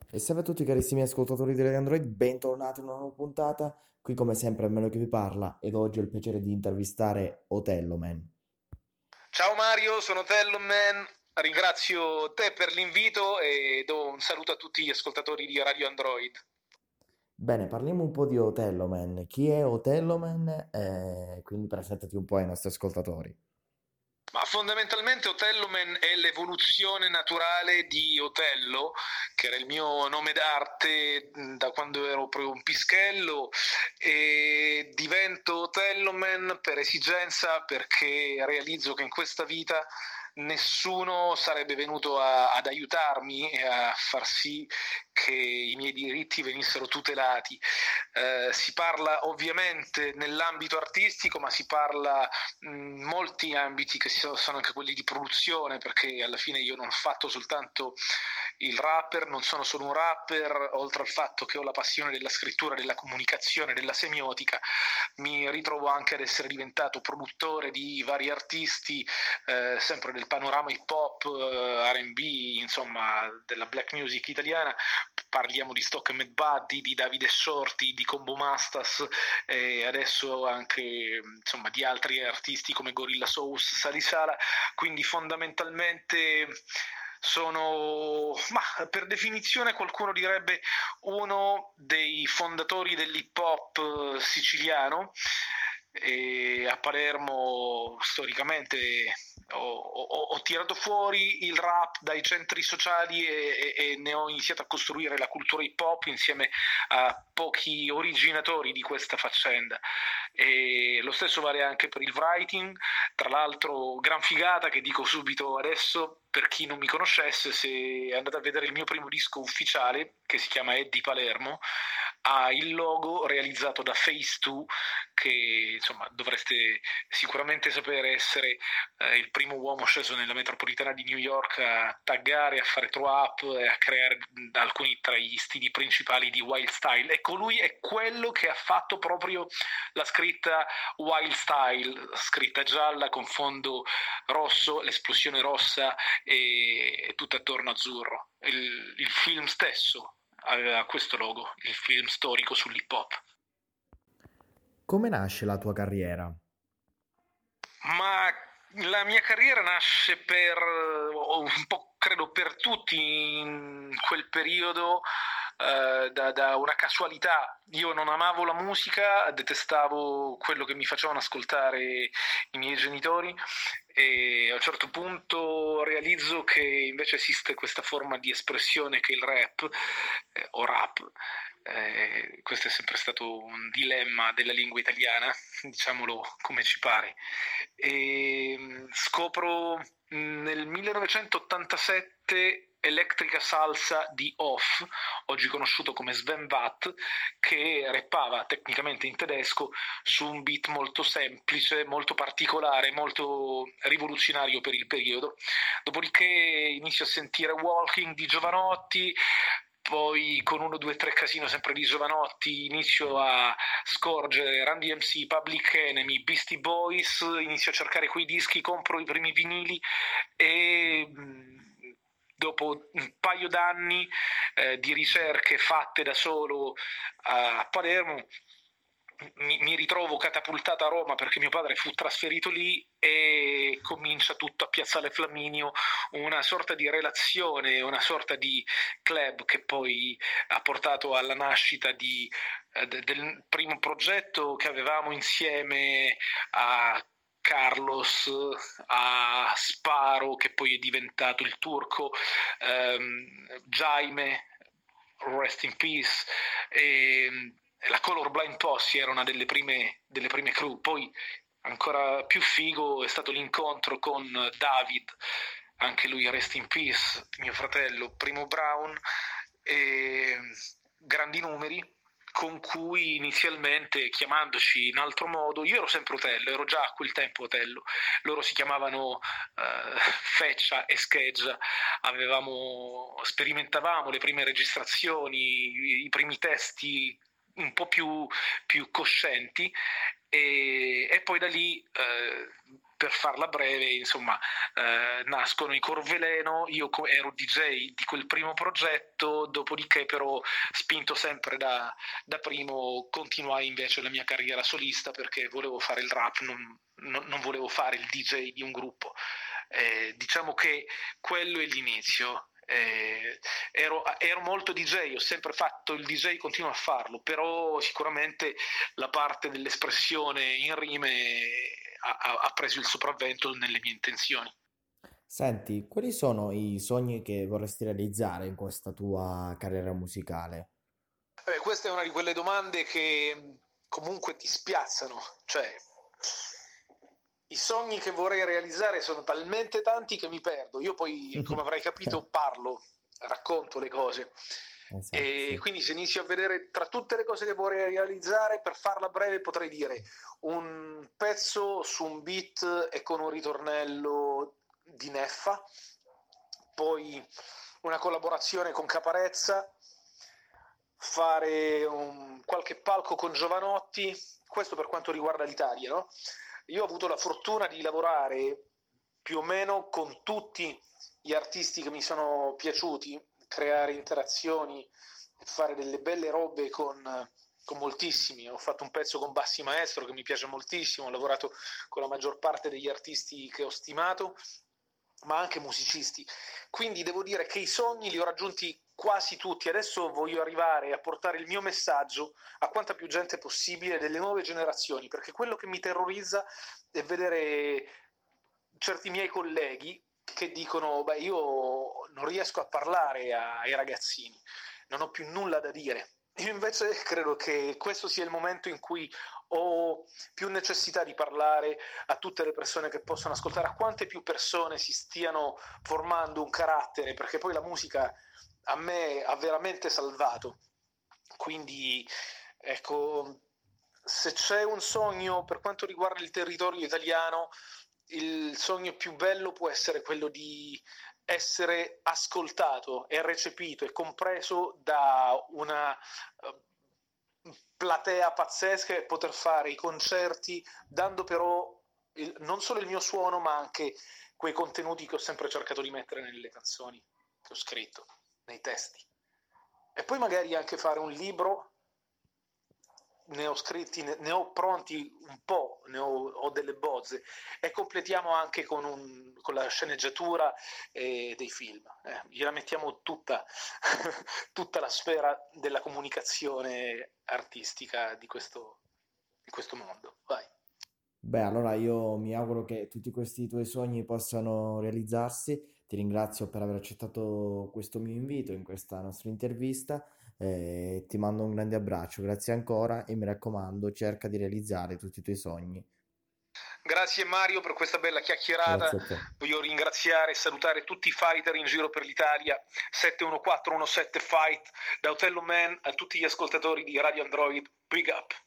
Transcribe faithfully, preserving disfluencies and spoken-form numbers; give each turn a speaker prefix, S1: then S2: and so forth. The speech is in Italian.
S1: E salve a tutti carissimi ascoltatori di Radio Android, bentornati in una nuova puntata. Qui come sempre è Melo che vi parla ed oggi ho il piacere di intervistare Otello Man.
S2: Ciao Mario, sono Telloman, ringrazio te per l'invito e do un saluto a tutti gli ascoltatori di Radio Android.
S1: Bene, parliamo un po' di Otello Man. Chi è Otello Man? Eh, quindi presentati un po' ai nostri ascoltatori.
S2: Ma fondamentalmente Otelloman è l'evoluzione naturale di Otello, che era il mio nome d'arte da quando ero proprio un pischello, e divento Otelloman per esigenza perché realizzo che in questa vita nessuno sarebbe venuto a, ad aiutarmi e a far sì che i miei diritti venissero tutelati. Eh, si parla ovviamente nell'ambito artistico, ma si parla in molti ambiti che sono anche quelli di produzione, perché alla fine io non ho fatto soltanto il rapper, non sono solo un rapper, oltre al fatto che ho la passione della scrittura, della comunicazione, della semiotica, mi ritrovo anche ad essere diventato produttore di vari artisti, eh, sempre del panorama hip hop, eh, R and B, insomma della black music italiana. Parliamo di Stock and Mad Buddy, di Davide Sorti, di Combo Mastas e adesso anche insomma di altri artisti come Gorilla Sauce, Salisala, quindi fondamentalmente sono, ma per definizione qualcuno direbbe uno dei fondatori dell'hip hop siciliano. E a Palermo storicamente ho, ho, ho tirato fuori il rap dai centri sociali e, e, e ne ho iniziato a costruire la cultura hip hop insieme a pochi originatori di questa faccenda. E lo stesso vale anche per il writing. Tra l'altro, gran figata che dico subito adesso per chi non mi conoscesse: se andate a vedere il mio primo disco ufficiale, che si chiama Eddie Palermo, ha il logo realizzato da Phase due, che insomma dovreste sicuramente sapere essere eh, il primo uomo sceso nella metropolitana di New York a taggare, a fare throw up e a creare alcuni tra gli stili principali di Wild Style. Ecco, lui è quello che ha fatto proprio la scritta Wild Style, scritta gialla con fondo rosso, l'esplosione rossa e tutto attorno azzurro. Il, il film stesso aveva questo logo, il film storico sull'hip hop.
S1: Come nasce la tua carriera?
S2: Ma la mia carriera nasce per, un po' credo per tutti in quel periodo, eh, da, da una casualità. Io non amavo la musica, detestavo quello che mi facevano ascoltare i miei genitori e a un certo punto realizzo che invece esiste questa forma di espressione che è il rap, eh, o rap. Eh, questo è sempre stato un dilemma della lingua italiana, diciamolo come ci pare. E scopro nel millenovecentottantasette Electrica Salsa di Off, oggi conosciuto come Sven Vath, che rappava tecnicamente in tedesco su un beat molto semplice, molto particolare, molto rivoluzionario per il periodo. Dopodiché inizio a sentire Walking di Giovanotti, poi con uno, due, tre casino sempre di Giovanotti inizio a scorgere Run D M C, Public Enemy, Beastie Boys, inizio a cercare quei dischi, compro i primi vinili e dopo un paio d'anni eh, di ricerche fatte da solo a Palermo mi, mi ritrovo catapultata a Roma perché mio padre fu trasferito lì e comincia tutto a Piazzale Flaminio, una sorta di relazione, una sorta di club che poi ha portato alla nascita di, eh, del primo progetto che avevamo insieme a Carlos, a Sparo, che poi è diventato il turco, ehm, Jaime, rest in peace, e la Colorblind Posse era una delle prime, delle prime crew. Poi ancora più figo è stato l'incontro con David, anche lui rest in peace, mio fratello Primo Brown, e grandi numeri con cui inizialmente, chiamandoci in altro modo, io ero sempre Otello, ero già a quel tempo Otello, loro si chiamavano uh, Feccia e Scheggia, avevamo, sperimentavamo le prime registrazioni, i primi testi un po' più, più coscienti e, e poi da lì eh, per farla breve, insomma, eh, nascono i Corveleno, io co- ero D J di quel primo progetto, dopodiché però, spinto sempre da, da primo, continuai invece la mia carriera solista perché volevo fare il rap, non, non, non volevo fare il D J di un gruppo. Eh, diciamo che quello è l'inizio. Eh, ero, ero molto D J, ho sempre fatto il D J, continuo a farlo, però sicuramente la parte dell'espressione in rime ha, ha, ha preso il sopravvento nelle mie intenzioni.
S1: Senti, quali sono i sogni che vorresti realizzare in questa tua carriera musicale?
S2: Eh, questa è una di quelle domande che comunque ti spiazzano, cioè i sogni che vorrei realizzare sono talmente tanti che mi perdo. Io poi, come avrai capito, parlo, racconto le cose.
S1: Esatto,
S2: E
S1: sì.
S2: quindi se inizio a vedere tra tutte le cose che vorrei realizzare, per farla breve potrei dire un pezzo su un beat e con un ritornello di Neffa, poi una collaborazione con Caparezza, fare un, qualche palco con Giovanotti, questo per quanto riguarda l'Italia, no? Io ho avuto la fortuna di lavorare più o meno con tutti gli artisti che mi sono piaciuti, creare interazioni e fare delle belle robe con, con moltissimi. Ho fatto un pezzo con Bassi Maestro che mi piace moltissimo, ho lavorato con la maggior parte degli artisti che ho stimato, ma anche musicisti. Quindi devo dire che i sogni li ho raggiunti quasi tutti. Adesso voglio arrivare a portare il mio messaggio a quanta più gente possibile delle nuove generazioni, perché quello che mi terrorizza è vedere certi miei colleghi che dicono: beh, io non riesco a parlare ai ragazzini, non ho più nulla da dire. Io invece credo che questo sia il momento in cui ho più necessità di parlare a tutte le persone che possono ascoltare, a quante più persone si stiano formando un carattere, perché poi la musica a me ha veramente salvato. Quindi, ecco, se c'è un sogno per quanto riguarda il territorio italiano, il sogno più bello può essere quello di essere ascoltato e recepito e compreso da una uh, platea pazzesca e poter fare i concerti dando però il, non solo il mio suono ma anche quei contenuti che ho sempre cercato di mettere nelle canzoni che ho scritto, nei testi. E poi magari anche fare un libro, ne ho scritti, ne, ne ho pronti un po', ne ho, ho delle bozze, e completiamo anche con, un, con la sceneggiatura eh, dei film. Eh, gliela mettiamo tutta, tutta la sfera della comunicazione artistica di questo, di questo mondo. Vai.
S1: Beh, allora io mi auguro che tutti questi tuoi sogni possano realizzarsi. Ti ringrazio per aver accettato questo mio invito in questa nostra intervista. Eh, ti mando un grande abbraccio, grazie ancora e mi raccomando, cerca di realizzare tutti i tuoi sogni.
S2: Grazie Mario per questa bella chiacchierata,
S1: Grazie a te.
S2: voglio ringraziare e salutare tutti i fighter in giro per l'Italia, sette uno quattro uno sette Fight, da Otello Man a tutti gli ascoltatori di Radio Android, big up!